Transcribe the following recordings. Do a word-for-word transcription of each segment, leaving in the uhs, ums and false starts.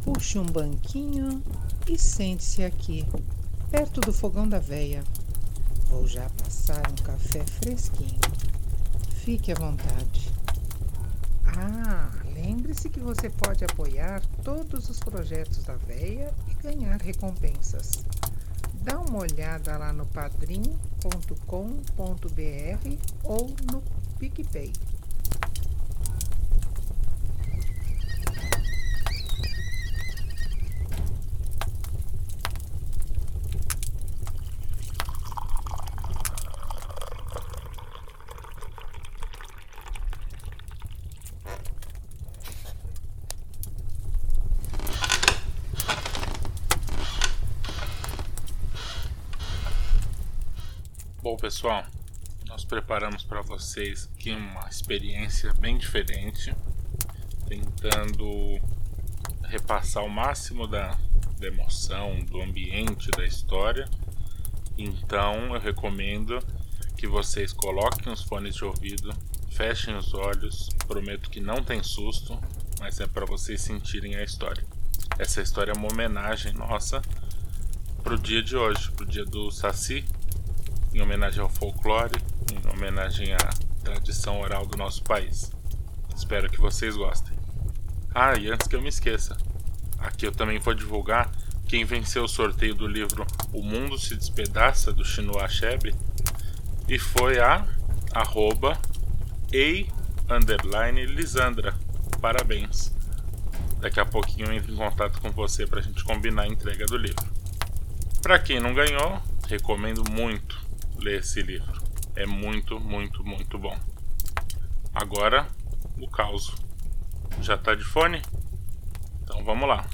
Puxe um banquinho e sente-se aqui, perto do fogão da véia. Vou já passar um café fresquinho. Fique à vontade. Ah, lembre-se que você pode apoiar todos os projetos da véia e ganhar recompensas. Dá uma olhada lá no padrim ponto com ponto br ou no PicPay. Bom, pessoal, nós preparamos para vocês aqui uma experiência bem diferente, tentando repassar o máximo da, da emoção, do ambiente, da história. Então eu recomendo que vocês coloquem os fones de ouvido, fechem os olhos. Prometo que não tem susto, mas é para vocês sentirem a história. Essa história é uma homenagem nossa pro dia de hoje, pro dia do Saci, em homenagem ao folclore, em homenagem à tradição oral do nosso país. Espero que vocês gostem. Ah, e antes que eu me esqueça, aqui eu também vou divulgar quem venceu o sorteio do livro O Mundo se Despedaça, do Chinua Achebe, e foi a arroba ei underline Lisandra. Parabéns. Daqui a pouquinho eu entro em contato com você pra gente combinar a entrega do livro. Pra quem não ganhou, recomendo muito ler esse livro. É muito, muito, muito bom. Agora, o caos. Já tá de fone? Então vamos lá.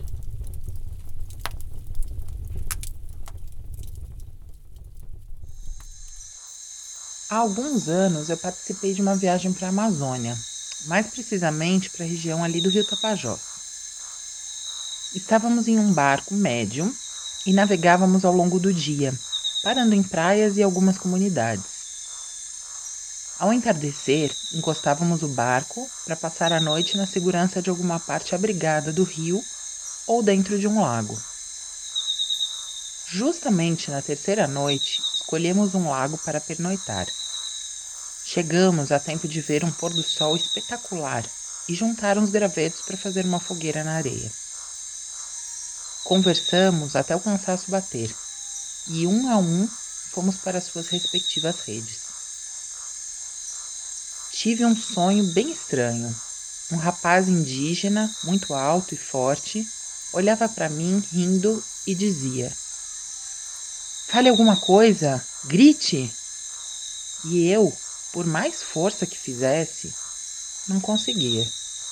Há alguns anos eu participei de uma viagem para a Amazônia, mais precisamente para a região ali do Rio Tapajós. Estávamos em um barco médio e navegávamos ao longo do dia, parando em praias e algumas comunidades. Ao entardecer, encostávamos o barco para passar a noite na segurança de alguma parte abrigada do rio ou dentro de um lago. Justamente na terceira noite, escolhemos um lago para pernoitar. Chegamos a tempo de ver um pôr do sol espetacular e juntar uns gravetos para fazer uma fogueira na areia. Conversamos até o cansaço bater e, um a um, fomos para suas respectivas redes. Tive um sonho bem estranho. Um rapaz indígena, muito alto e forte, olhava para mim rindo e dizia: "Fale alguma coisa, grite!" E eu, por mais força que fizesse, não conseguia.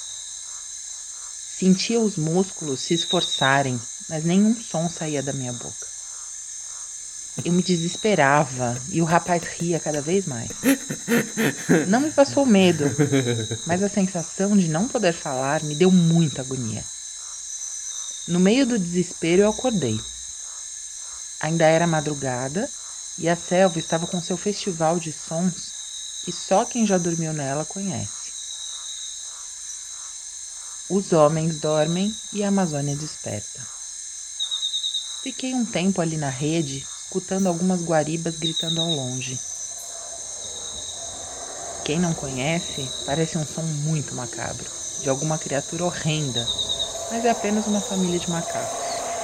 Sentia os músculos se esforçarem, mas nenhum som saía da minha boca. Eu me desesperava e o rapaz ria cada vez mais. Não me passou medo, mas a sensação de não poder falar me deu muita agonia. No meio do desespero eu acordei. Ainda era madrugada e a selva estava com seu festival de sons que só quem já dormiu nela conhece. Os homens dormem e a Amazônia desperta. Fiquei um tempo ali na rede, escutando algumas guaribas gritando ao longe. Quem não conhece, parece um som muito macabro, de alguma criatura horrenda, mas é apenas uma família de macacos.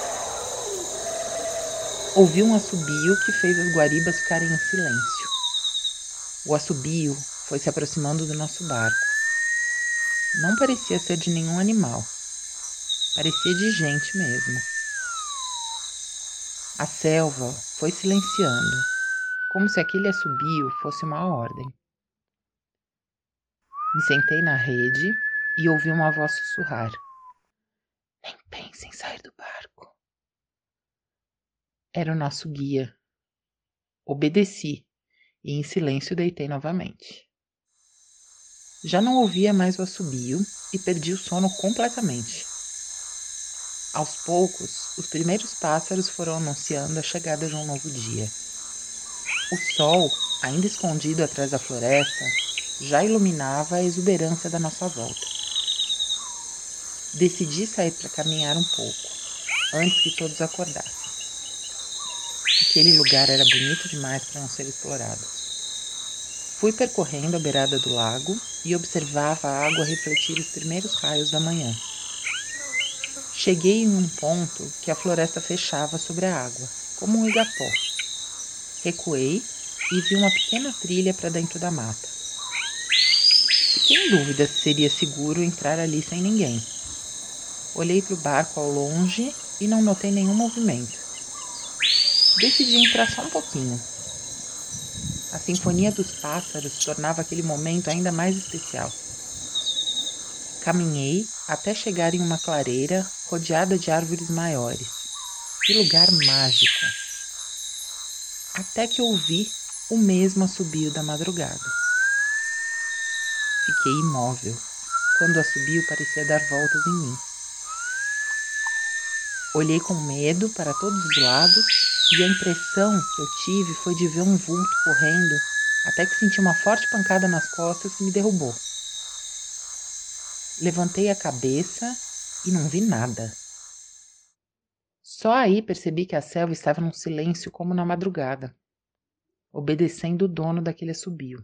Ouvi um assobio que fez as guaribas ficarem em silêncio. O assobio foi se aproximando do nosso barco. Não parecia ser de nenhum animal. Parecia de gente mesmo. A selva foi silenciando, como se aquele assobio fosse uma ordem. Me sentei na rede e ouvi uma voz sussurrar: "Nem pense em sair do barco." Era o nosso guia. Obedeci e em silêncio deitei novamente. Já não ouvia mais o assobio e perdi o sono completamente. Aos poucos, os primeiros pássaros foram anunciando a chegada de um novo dia. O sol, ainda escondido atrás da floresta, já iluminava a exuberância da nossa volta. Decidi sair para caminhar um pouco, antes que todos acordassem. Aquele lugar era bonito demais para não ser explorado. Fui percorrendo a beirada do lago e observava a água refletir os primeiros raios da manhã. Cheguei em um ponto que a floresta fechava sobre a água, como um igapó. Recuei e vi uma pequena trilha para dentro da mata. Fiquei em dúvida se seria seguro entrar ali sem ninguém. Olhei para o barco ao longe e não notei nenhum movimento. Decidi entrar só um pouquinho. A sinfonia dos pássaros tornava aquele momento ainda mais especial. Caminhei até chegar em uma clareira rodeada de árvores maiores. Que lugar mágico! Até que ouvi o mesmo assobio da madrugada. Fiquei imóvel. Quando o assobio parecia dar voltas em mim. Olhei com medo para todos os lados e a impressão que eu tive foi de ver um vulto correndo até que senti uma forte pancada nas costas que me derrubou. Levantei a cabeça e não vi nada. Só aí percebi que a selva estava num silêncio como na madrugada, obedecendo o dono daquele assobio.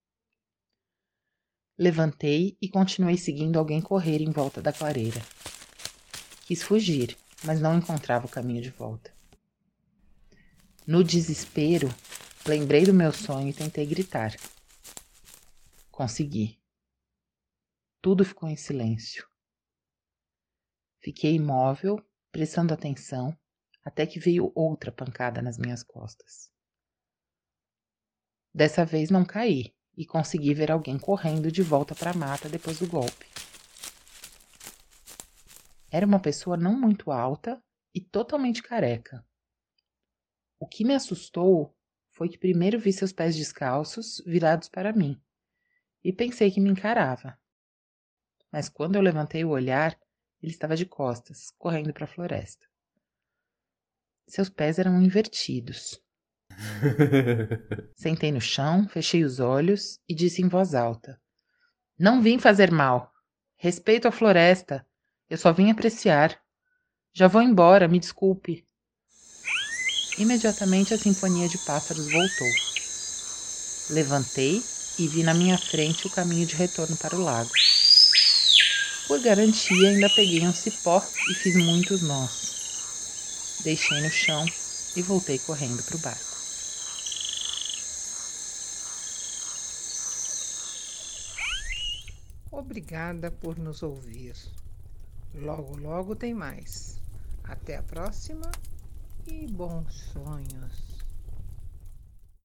Levantei e continuei seguindo alguém correr em volta da clareira. Quis fugir, mas não encontrava o caminho de volta. No desespero, lembrei do meu sonho e tentei gritar. Consegui. Tudo ficou em silêncio. Fiquei imóvel, prestando atenção, até que veio outra pancada nas minhas costas. Dessa vez não caí e consegui ver alguém correndo de volta para a mata depois do golpe. Era uma pessoa não muito alta e totalmente careca. O que me assustou foi que primeiro vi seus pés descalços virados para mim e pensei que me encarava. Mas quando eu levantei o olhar, ele estava de costas, correndo para a floresta. Seus pés eram invertidos. Sentei no chão, fechei os olhos e disse em voz alta: Não vim fazer mal. Respeito a floresta. Eu só vim apreciar. Já vou embora, me desculpe. Imediatamente a sinfonia de pássaros voltou. Levantei e vi na minha frente o caminho de retorno para o lago. Por garantia, ainda peguei um cipó e fiz muitos nós. Deixei no chão e voltei correndo para o barco. Obrigada por nos ouvir. Logo, logo tem mais. Até a próxima e bons sonhos.